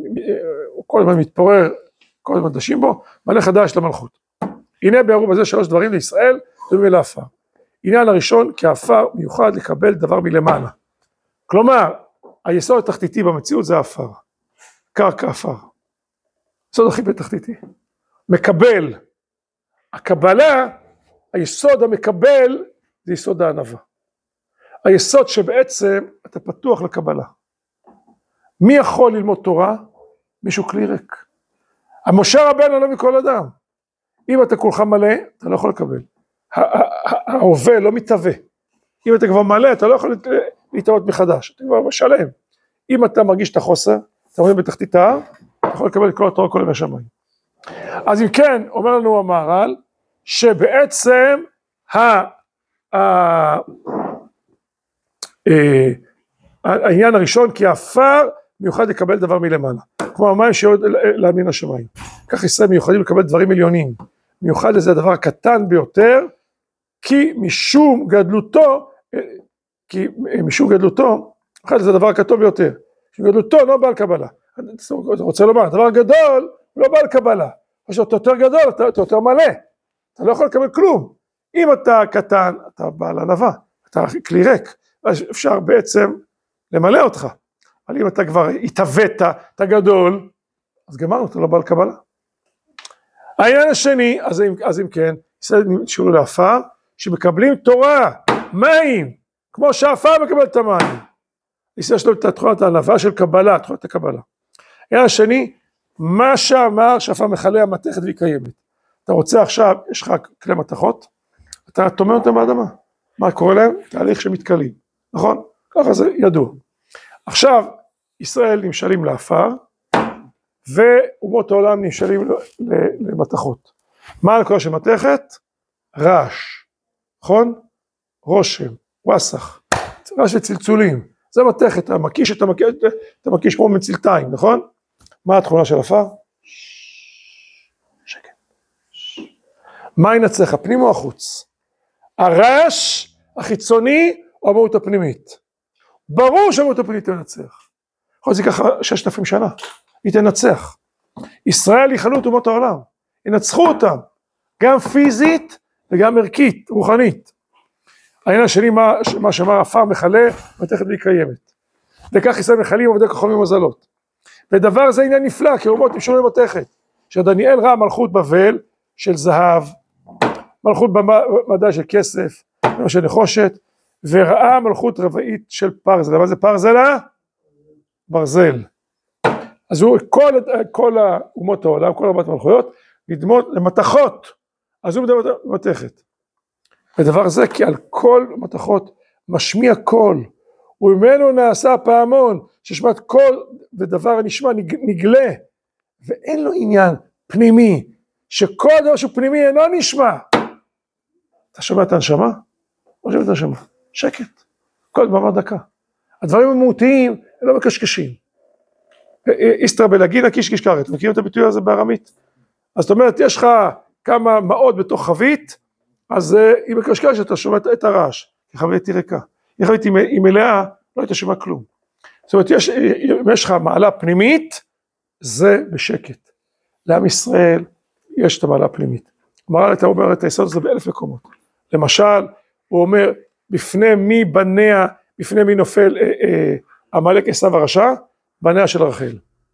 הוא כל הזמן מתפורר, כל הזמן דשים בו, מלא חדש למלכות. הנה ביארו בזה שלוש דברים לישראל, דומים לעפר. עניין הראשון, כי העפר מיוחד לקבל דבר מלמעלה. כלומר, היסוד התחתיתי במציאות זה העפר. קרקע עפר. יסוד הכי בתחתיתי. מקבל. הקבלה, היסוד המקבל, זה יסוד הענווה. היסוד שבעצם אתה פתוח לקבלה. מי יכול ללמוד תורה? מישהו כלי ריק. המשה רבנו לא מכל אדם. אם אתה כולך מלא, אתה לא יכול לקבל. ההווה לא מתהווה. אם אתה כבר מלא, אתה לא יכול להתהוות מחדש. אתה כבר משלם. אם אתה מרגיש את החוסר, אתה רואה בתחתית ההר, אתה יכול לקבל את כל התורה, כל ימי השמיים. אז אם כן, אומר לנו המהר"ל, שבעצם ה... העניין הראשון, כי העפר מיוחד לקבל דבר מלמעלה. כמו המים שיורד להאמין השמיים. כך ישראל מיוחדים לקבל דברים עליונים. מיוחד לזה הדבר הקטן ביותר, כי משום גדלותו, כי משום גדלותו, מיוחד לזה הדבר הקטון ביותר. משום גדלותו לא בעל קבלה. אתה רוצה לומר, דבר גדול לא בעל קבלה. כשאתה יותר גדול, אתה, אתה יותר מלא. אתה לא יכול לקבל כלום. אם אתה קטן, אתה בעל ענווה. אתה כלי ריק. אז אפשר בעצם למלא אותך. אבל אם אתה כבר התהווית, אתה גדול, אז גמרנו, אתה לא בעל קבלה. העניין השני, אז אם, אז אם כן, ישראל נשארו לעפר, שמקבלים תורה, מים, כמו שהעפר מקבל את המים. ישראל שלו את תחולת הענווה של קבלה, תחולת הקבלה. העניין השני, מה שאמר שפר מכלה המתכת והיא קיימת. אתה רוצה עכשיו, יש לך כלי מתכות, אתה תומם אותם באדמה. מה קורה להם? תהליך שמתקלים, נכון? ככה זה ידוע. עכשיו, ישראל נמשלים לאפר, ואומות העולם נמשלים למתכות. מה הנקודה של מתכת? רעש, נכון? רושם, ווסח, רעש וצלצולים. זה מתכת, אתה מקיש, אתה מקיש, אתה מקיש כמו מצלתיים, נכון? מה התכונה של אפר? שקט. מה ינצח, הפנים או החוץ? הרעש החיצוני או המהות הפנימית? ברור שהמהות הפנימית תנצח. יכול להיות זה ככה ששת אלפים שנה, היא תנצח. ישראל יכלו את אומות העולם, ינצחו אותם, גם פיזית וגם ערכית, רוחנית. העניין השני, מה, מה שאמר אפר מכלה, מתכת והיא קיימת. וכך ישראל מכלים עובדי כוכבים ומזלות. ודבר זה עניין נפלא, כי אומות נמשלו למתכת. שדניאל ראה מלכות בבל של זהב, מלכות במדע של כסף, של נחושת, וראה מלכות רבעית של פרזל. מה זה פרזלה? ברזל. אז הוא, כל, כל האומות העולם, כל ארבעת המלכויות, נדמות למתכות. אז הוא מדבר במתכת. ודבר זה, כי על כל מתכות משמיע קול, וממנו נעשה פעמון, ששמעת קול ודבר הנשמע נגלה, ואין לו עניין פנימי, שכל דבר שהוא פנימי אינו נשמע. אתה שומע את הנשמה? לא שומע את הנשמה. שקט. כל דממה דקה. הדברים המהותיים הם לא מקשקשים. איסטרא בלגינה קיש קיש קראת. מכירים את הביטוי הזה בארמית? אז זאת אומרת, יש לך כמה מאות בתוך חבית, אז היא מקשקשת, אתה שומע את הרעש. כי חבית היא ריקה. היא חבית היא מלאה, לא היית שומע כלום. זאת אומרת, יש, אם יש לך מעלה פנימית, זה בשקט. לעם ישראל יש את המעלה הפנימית. המהר"ל אתה אומר את היסוד הזה באלף מקומות. למשל, הוא אומר, בפני מי בניה, בפני מי נופל עמלק עשיו הרשע, בניה של רחל.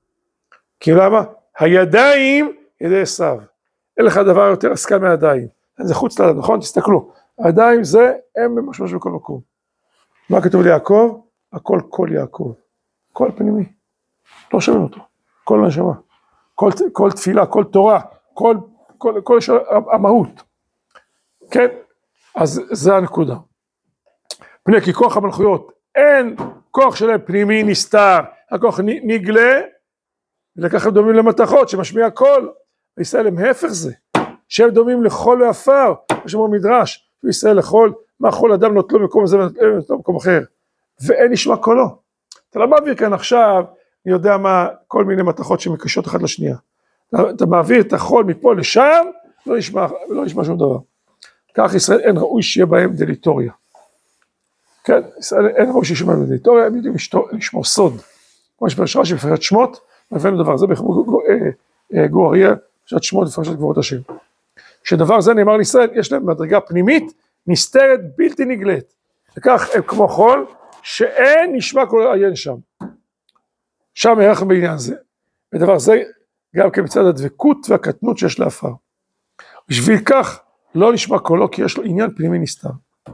כי למה? הידיים ידי עשיו. אין לך דבר יותר עסקה מהידיים. זה חוץ ליד, נכון? תסתכלו. הידיים זה, הם משמש בכל מקום. מה כתוב ליעקב? הכל כל יעקב. כל פנימי. לא שומעים אותו. כל נשמה. כל, כל תפילה, כל תורה, כל, כל, כל של המהות. כן? אז זה הנקודה. פני כי כוח המלכויות, אין כוח שלהם פנימי נסתר, הכוח נגלה, ולכך הם דומים למתכות שמשמיע קול. ישראל הם הפך זה, שהם דומים לחול ועפר, יש לנו מדרש, וישראל לחול, מה חול אדם נוטלו מקום הזה ונוטלו מקום אחר, ואין נשמע קולו. אתה לא מעביר כאן עכשיו, אני יודע מה, כל מיני מתכות שמקשות אחת לשנייה. אתה, אתה מעביר את החול מפה לשם, לא נשמע, לא נשמע שום דבר. כך ישראל אין ראוי שיהיה בהם דליטוריה. כן, ישראל אין ראוי שיהיה בהם דליטוריה, הם יודעים לשמור סוד. כמו שפרש רש"י בפרשת שמות, הבאנו דבר זה גור אריה, פרשת שמות ופרשת גבורות השם. שדבר זה נאמר לישראל, יש להם מדרגה פנימית, נסתרת בלתי נגלית. וכך הם כמו חול, שאין נשמע כל עיין שם. שם הערכנו בעניין זה. ודבר זה גם כמצד הדבקות והקטנות שיש לאפר. בשביל כך לא נשמע קולו, כי יש לו עניין פנימי נסתר.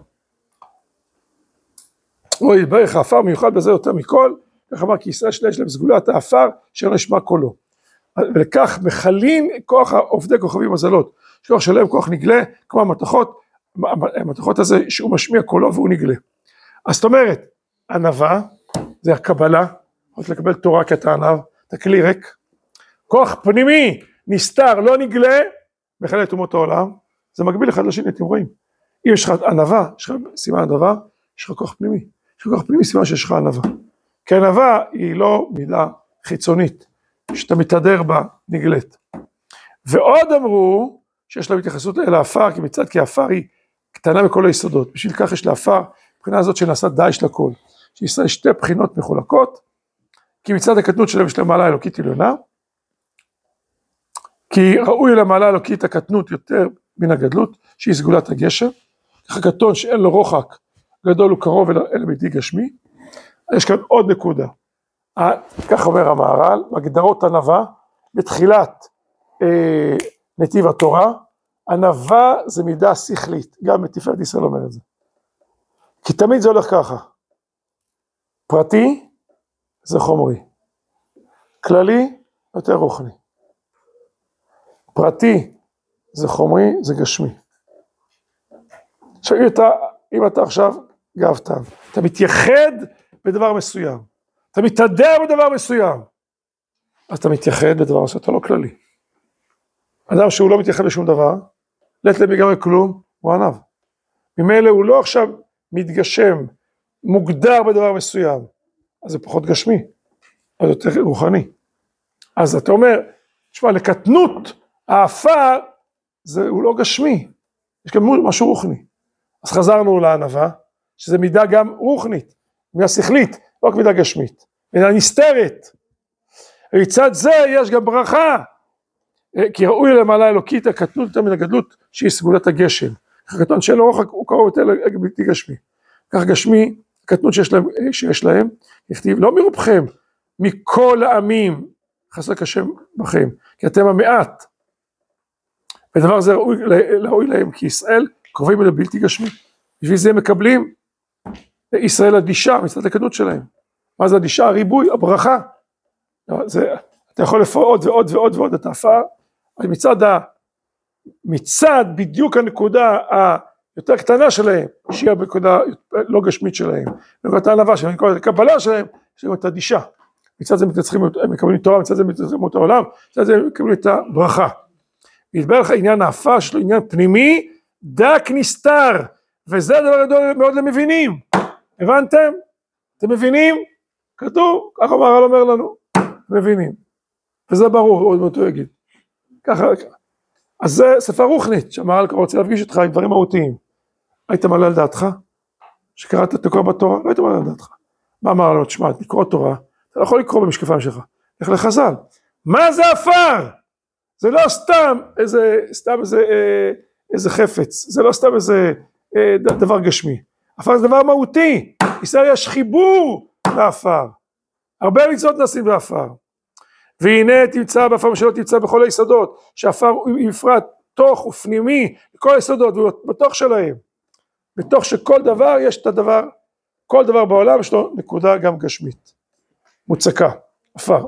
הוא יתברך האפר מיוחד בזה יותר מכל, כך אמר כי ישראל יש להם סגולת האפר שלא נשמע קולו. ולכך מכלים כוח עובדי כוכבים מזלות, שכוח שלהם כוח נגלה, כמו המתכות, המתכות הזה שהוא משמיע קולו והוא נגלה. אז זאת אומרת, ענווה, זה הקבלה, יכולת לקבל תורה כי אתה ענב, אתה כלי ריק, כוח פנימי נסתר, לא נגלה, מכלה את אומות העולם, זה מגביל אחד לשני, אתם רואים. אם יש לך ענווה, יש לך סימן ענווה, יש לך כוח פנימי, יש לך כוח פנימי סימן שיש לך ענווה. כי ענווה היא לא מידה חיצונית, שאתה מתהדר בה נגלית. ועוד אמרו שיש לה התייחסות אל האפר, כי מצד כי האפר היא קטנה מכל היסודות, בשביל כך יש לאפר, מבחינה הזאת שנעשה דייש לכל, שישראל שתי בחינות מחולקות, כי מצד הקטנות שלהם יש לה מעלה אלוקית עליונה, כי ראוי למעלה אלוקית הקטנות יותר מן הגדלות, שהיא סגולת הגשם, כך הקטון שאין לו רוחק, גדול הוא קרוב אל ביתי גשמי. יש כאן עוד נקודה, כך אומר המהר"ל, הגדרות ענווה, בתחילת אה, נתיב התורה, ענווה זה מידה שכלית, גם בתפארת ישראל אומר את זה, כי תמיד זה הולך ככה, פרטי זה חומרי, כללי יותר רוחני. פרטי זה חומרי, זה גשמי. עכשיו אם אתה, אם אתה עכשיו גאוותן, אתה מתייחד בדבר מסוים, אתה מתהדר בדבר מסוים, אז אתה מתייחד בדבר מסוים, אתה לא כללי. אדם שהוא לא מתייחד בשום דבר, לית לגמרי כלום, הוא ענב. ממילא הוא לא עכשיו מתגשם, מוגדר בדבר מסוים, אז זה פחות גשמי, אז זה יותר רוחני. אז אתה אומר, תשמע, לקטנות האפר, זה הוא לא גשמי, יש גם משהו רוחני. אז חזרנו לענבה, שזה מידה גם רוחנית, מידה שכלית, לא רק מידה גשמית, מידה נסתרת. מצד זה יש גם ברכה, כי ראוי למעלה אלוקית הקטנות יותר מן הגדלות שהיא סגולת הגשם. הקטנות שאין לו רוחק הוא קרוב יותר לבלתי גשמי. כך גשמי, הקטנות שיש להם, שיש להם, יכתיב לא מרובכם, מכל העמים חסר כשם בכם, כי אתם המעט. ודבר זה ראוי, ראוי להם, כי ישראל קרובים אל הבלתי גשמי. בשביל זה הם מקבלים ישראל אדישה מצד הקטנות שלהם. מה זה אדישה? הריבוי, הברכה. זה, אתה יכול לפרוע עוד ועוד ועוד ועוד את האפר, אבל מצד, ה, מצד בדיוק הנקודה היותר קטנה שלהם, שהיא הנקודה לא גשמית שלהם, נקודת הענווה שלהם, נקודת הקבלה שלהם, שהם את אדישה. מצד זה מתנצחים, הם מקבלים תורה, מצד זה מתנצחים את העולם, מצד זה הם מקבלים את הברכה. יתבר לך עניין האפר, שיש לו עניין פנימי, דק נסתר, וזה הדבר גדול מאוד למבינים. הבנתם? אתם מבינים? כתוב, ככה מהר"ל אומר לנו, מבינים. וזה ברור, עוד מעט הוא יגיד. ככה, אז זה ספר רוחנית, שהמהר"ל רוצה להפגיש אותך עם דברים מהותיים. היית מעלה על דעתך? שקראת את לקרוא בתורה? לא היית מעלה על דעתך. מה אמר לנו? תשמע, לקרוא תורה, אתה לא יכול לקרוא במשקפיים שלך. לך לחז"ל. מה זה עפר? זה לא סתם איזה, סתם איזה, אה, איזה חפץ. זה לא סתם איזה אה, דבר גשמי. עפר זה דבר מהותי. ישראל יש חיבור לעפר. הרבה מצוות נעשים בעפר. והנה תמצא בעפר שלא תמצא בכל היסודות, שעפר הוא בפרט תוך ופנימי, כל היסודות, ובתוך שלהם. בתוך שכל דבר יש את הדבר, כל דבר בעולם יש לו נקודה גם גשמית. מוצקה, עפר.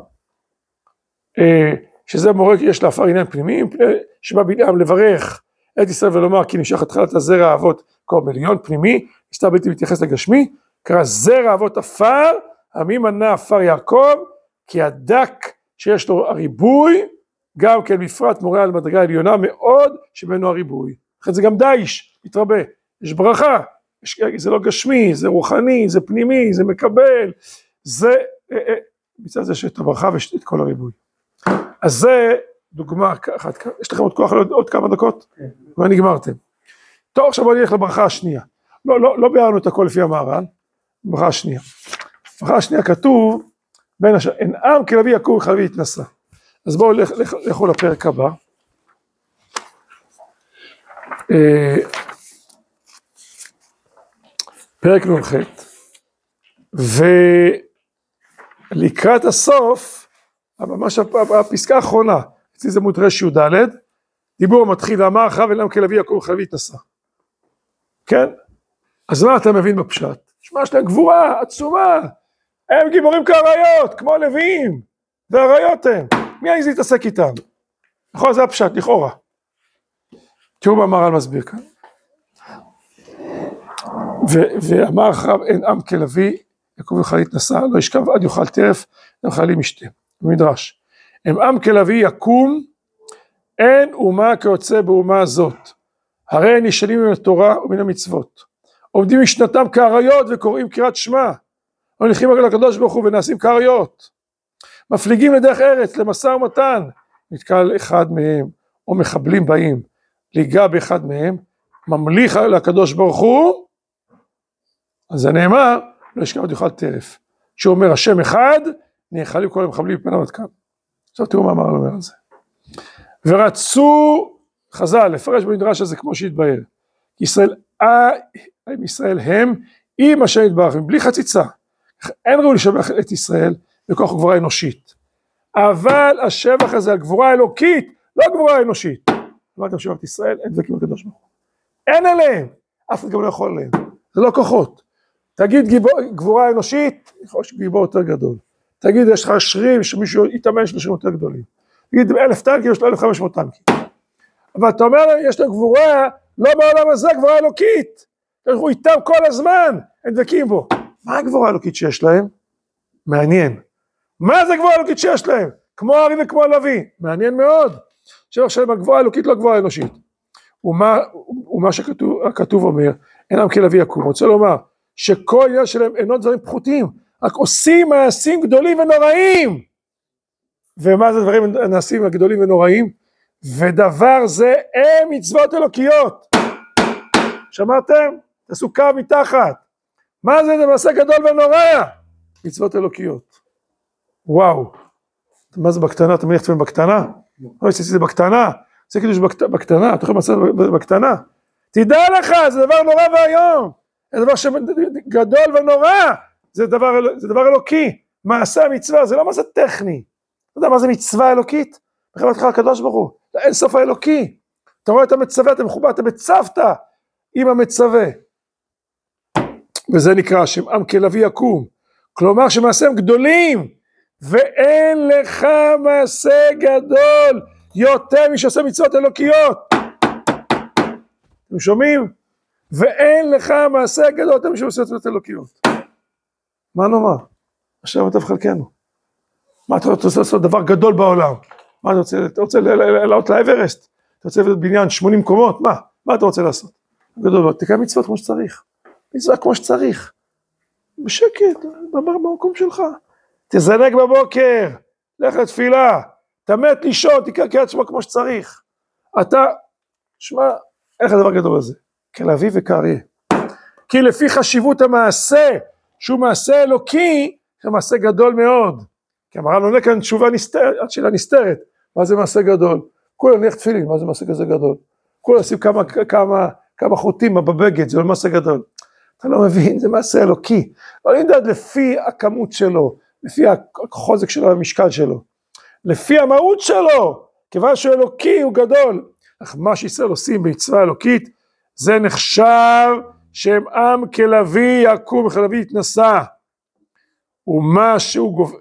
שזה מורה, יש לעפר עניין פנימי, שבא בלעם לברך את ישראל ולומר, כי נמשך התחלת הזרע האבות, כל מיליון פנימי, הסתר בלתי מתייחס לגשמי, קרא זרע האבות עפר, עמי מנה עפר יעקב, כי הדק שיש לו הריבוי, גם כן בפרט מורה על מדרגה עליונה מאוד, שבינו הריבוי. אחרי זה גם דייש, מתרבה, יש ברכה, יש, זה לא גשמי, זה רוחני, זה פנימי, זה מקבל, זה, מצד זה שאת הברכה ויש את כל הריבוי. אז זה דוגמה אחת, יש לכם עוד כוח עוד, עוד כמה דקות? ונגמרתם. טוב, עכשיו בוא נלך לברכה השנייה. לא, לא, לא ביארנו את הכל לפי המהר"ל, ברכה השנייה. ברכה השנייה כתוב, בין השאר, אין עם כלביא יקום וכלביא יתנשא. אז בואו לכו לפרק הבא. פרק נ"ח, ולקראת הסוף, ממש הפסקה האחרונה, אצלי זה עמוד ר"י ד', דיבור המתחיל, אמר אחריו אין עם כלביא יקום וכלביא יתנשא. כן? אז מה אתה מבין בפשט? שמע, יש להם גבורה עצומה, הם גיבורים כאריות, כמו לוויים, והאריות הם, מי העז להתעסק איתם? נכון, זה הפשט, לכאורה. תראו מה המהר"ל מסביר כאן. ואמר אחריו אין עם כלביא יקום וכלביא יתנשא, לא ישכב עד יאכל טרף, לא יאכל עם משתה. במדרש. אם עם כלביא יקום, אין אומה כיוצא באומה זאת. הרי הם נשאלים מן התורה ומן המצוות. עומדים משנתם כאריות וקוראים קריאת שמע. הולכים על הקדוש ברוך הוא ונעשים כאריות. מפליגים לדרך ארץ, למשא ומתן. נתקל אחד מהם, או מחבלים באים, ליגע באחד מהם, ממליך לקדוש ברוך הוא, אז זה נאמר, לא ישכב עד יאכל טרף. שהוא אומר השם אחד, נאכלים כל המחבלים בפני המתקן. עכשיו תראו מה אמר לו על זה. ורצו חז"ל לפרש במדרש הזה כמו שהתבהר. ישראל, אה, ישראל הם עם השם יתברך, בלי חציצה. אין ראוי לשבח את ישראל בכוח גבורה אנושית. אבל השבח הזה, הגבורה האלוקית, לא הגבורה האנושית. לא אתם שבח את ישראל, אין דבקים הקדוש ברוך הוא. אין עליהם, אף אחד גם לא יכול עליהם. זה לא כוחות. תגיד גיבור, גבורה אנושית, יכול להיות גיבור יותר גדול. תגיד, יש לך שרירים שמישהו יתאמן של שרירים יותר גדולים. תגיד, אלף טנקים, יש לו אלף וחמש מאות טנקים. אבל אתה אומר, יש לו גבורה, לא בעולם הזה, גבורה אלוקית. אנחנו איתם כל הזמן, הם דבקים בו. מה הגבורה האלוקית שיש להם? מעניין. מה זה גבורה אלוקית שיש להם? כמו הארי וכמו הלוי. מעניין מאוד. עכשיו עכשיו, הגבורה האלוקית לא גבורה אנושית. ומה, ומה שכתוב אומר, אינם כלוי יקום. אני רוצה לומר, שכל עניין שלהם אינו דברים פחותים, רק עושים מעשים גדולים ונוראים. ומה זה דברים נעשים הגדולים ונוראים? ודבר זה הם מצוות אלוקיות. שמעתם? תעשו קו מתחת. מה זה מעשה גדול ונורא? מצוות אלוקיות. וואו. מה זה בקטנה? אתה מניח אתם בקטנה? לא עשיתי זה בקטנה. זה כאילו שבקטנה, אתה יכול לעשות בקטנה. תדע לך, זה דבר נורא והיום. זה דבר שגדול ונורא. זה דבר, זה דבר אלוקי. מעשה המצווה, זה לא מעשה טכני. אתה יודע מה זה מצווה אלוקית? בחברת לך הקדוש ברוך הוא. זה אין סוף האלוקי. אתה רואה את המצווה, אתה מחובר, אתה מצוות עם המצווה. וזה נקרא שם עם כלוי יקום. כלומר שמעשיהם גדולים. ואין לך מעשה גדול יותר משעושה מצוות אלוקיות. אתם שומעים? ואין לך מעשה גדול יותר משעושה מצוות אלוקיות. מה נאמר? עכשיו אתה בחלקנו. מה אתה רוצה לעשות דבר גדול בעולם? מה אתה רוצה? אתה רוצה לעלות לאברסט? אתה רוצה לבנות בניין שמונים קומות? מה? מה אתה רוצה לעשות? גדול, תקיים מצוות כמו שצריך. מצוות כמו שצריך. בשקט, במקום שלך. תזנק בבוקר, לך לתפילה, תמת לישון, תקרא קריאת שמע כמו שצריך. אתה, שמע, אין לך דבר גדול בזה. כלוי וכאריה. כי לפי חשיבות המעשה, שהוא מעשה אלוקי, זה מעשה גדול מאוד. כי המר"ן עונה כאן תשובה נסתרת, התשובה נסתרת. מה זה מעשה גדול? כולה נלך תפילין, מה זה מעשה כזה גדול? כולה שים כמה, כמה, כמה חוטים בבגד, זה לא מעשה גדול. אתה לא מבין, זה מעשה אלוקי. אבל אני יודעת לפי הכמות שלו, לפי החוזק שלו, המשקל שלו. לפי המהות שלו, כיוון שהוא אלוקי, הוא גדול. אך מה שישראל עושים במצווה אלוקית, זה נחשב שהם עם כלוי יקום וכלוי יתנשא. ומה שהוא גובר,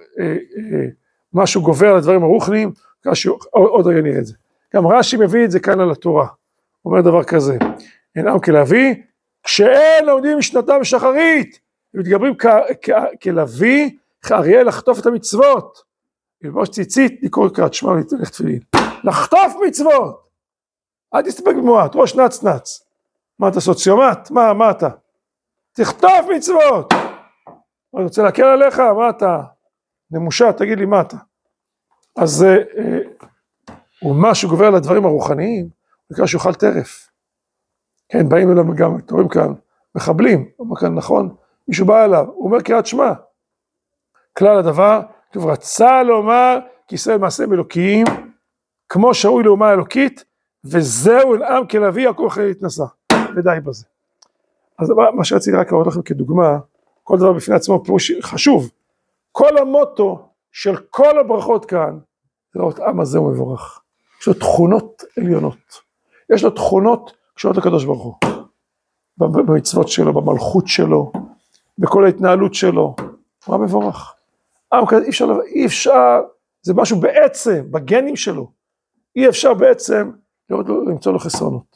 מה שהוא גובר על הדברים הרוחניים, עוד רגע נראה את זה. גם רש"י מביא את זה כאן על התורה. הוא אומר דבר כזה, אין עם כלוי, כשאין לומדים משנתם ושחרית, הם מתגברים כלוי, כאריה לחטוף את המצוות. ללבוש ציצית, לקרוא קריאת שמע וללך תפילין. לחטוף מצוות. אל תסתפק במועט, ראש נץ נץ. מה אתה סוציומט? מה, מה אתה? תכתוב מצוות. אני רוצה להקל עליך, מה אתה? נמושה, תגיד לי מה אתה. אז אה, אה, ומה שגובר על הדברים הרוחניים, נקרא שאוכל טרף. כן, באים אליו גם, אתם רואים כאן, מחבלים, הוא אומר כאן נכון, מישהו בא אליו, הוא אומר קריאת שמע. כלל הדבר, כתוב רצה לומר, כי ישראל מעשיהם אלוקיים, כמו שראוי לאומה אלוקית, וזהו עם כלוי יקום וכלוי יתנשא. ודי בזה. אז מה שרציתי רק להראות לכם כדוגמה, כל דבר בפני עצמו פירוש חשוב. כל המוטו של כל הברכות כאן, זה לראות עם הזה הוא מבורך. יש לו תכונות עליונות. יש לו תכונות קשורות לקדוש ברוך הוא. במצוות שלו, במלכות שלו, בכל ההתנהלות שלו. הוא מבורך. עם כזה אי אפשר, אי אפשר, זה משהו בעצם, בגנים שלו. אי אפשר בעצם לראות לו, למצוא לו חסרונות.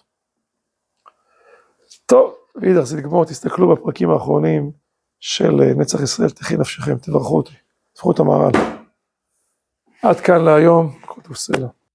טוב, ואידך זה לגמור, תסתכלו בפרקים האחרונים של נצח ישראל, תחי נפשכם, תברכו אותי, תברכו את המהר"ל. עד כאן להיום, כל טוב סלע.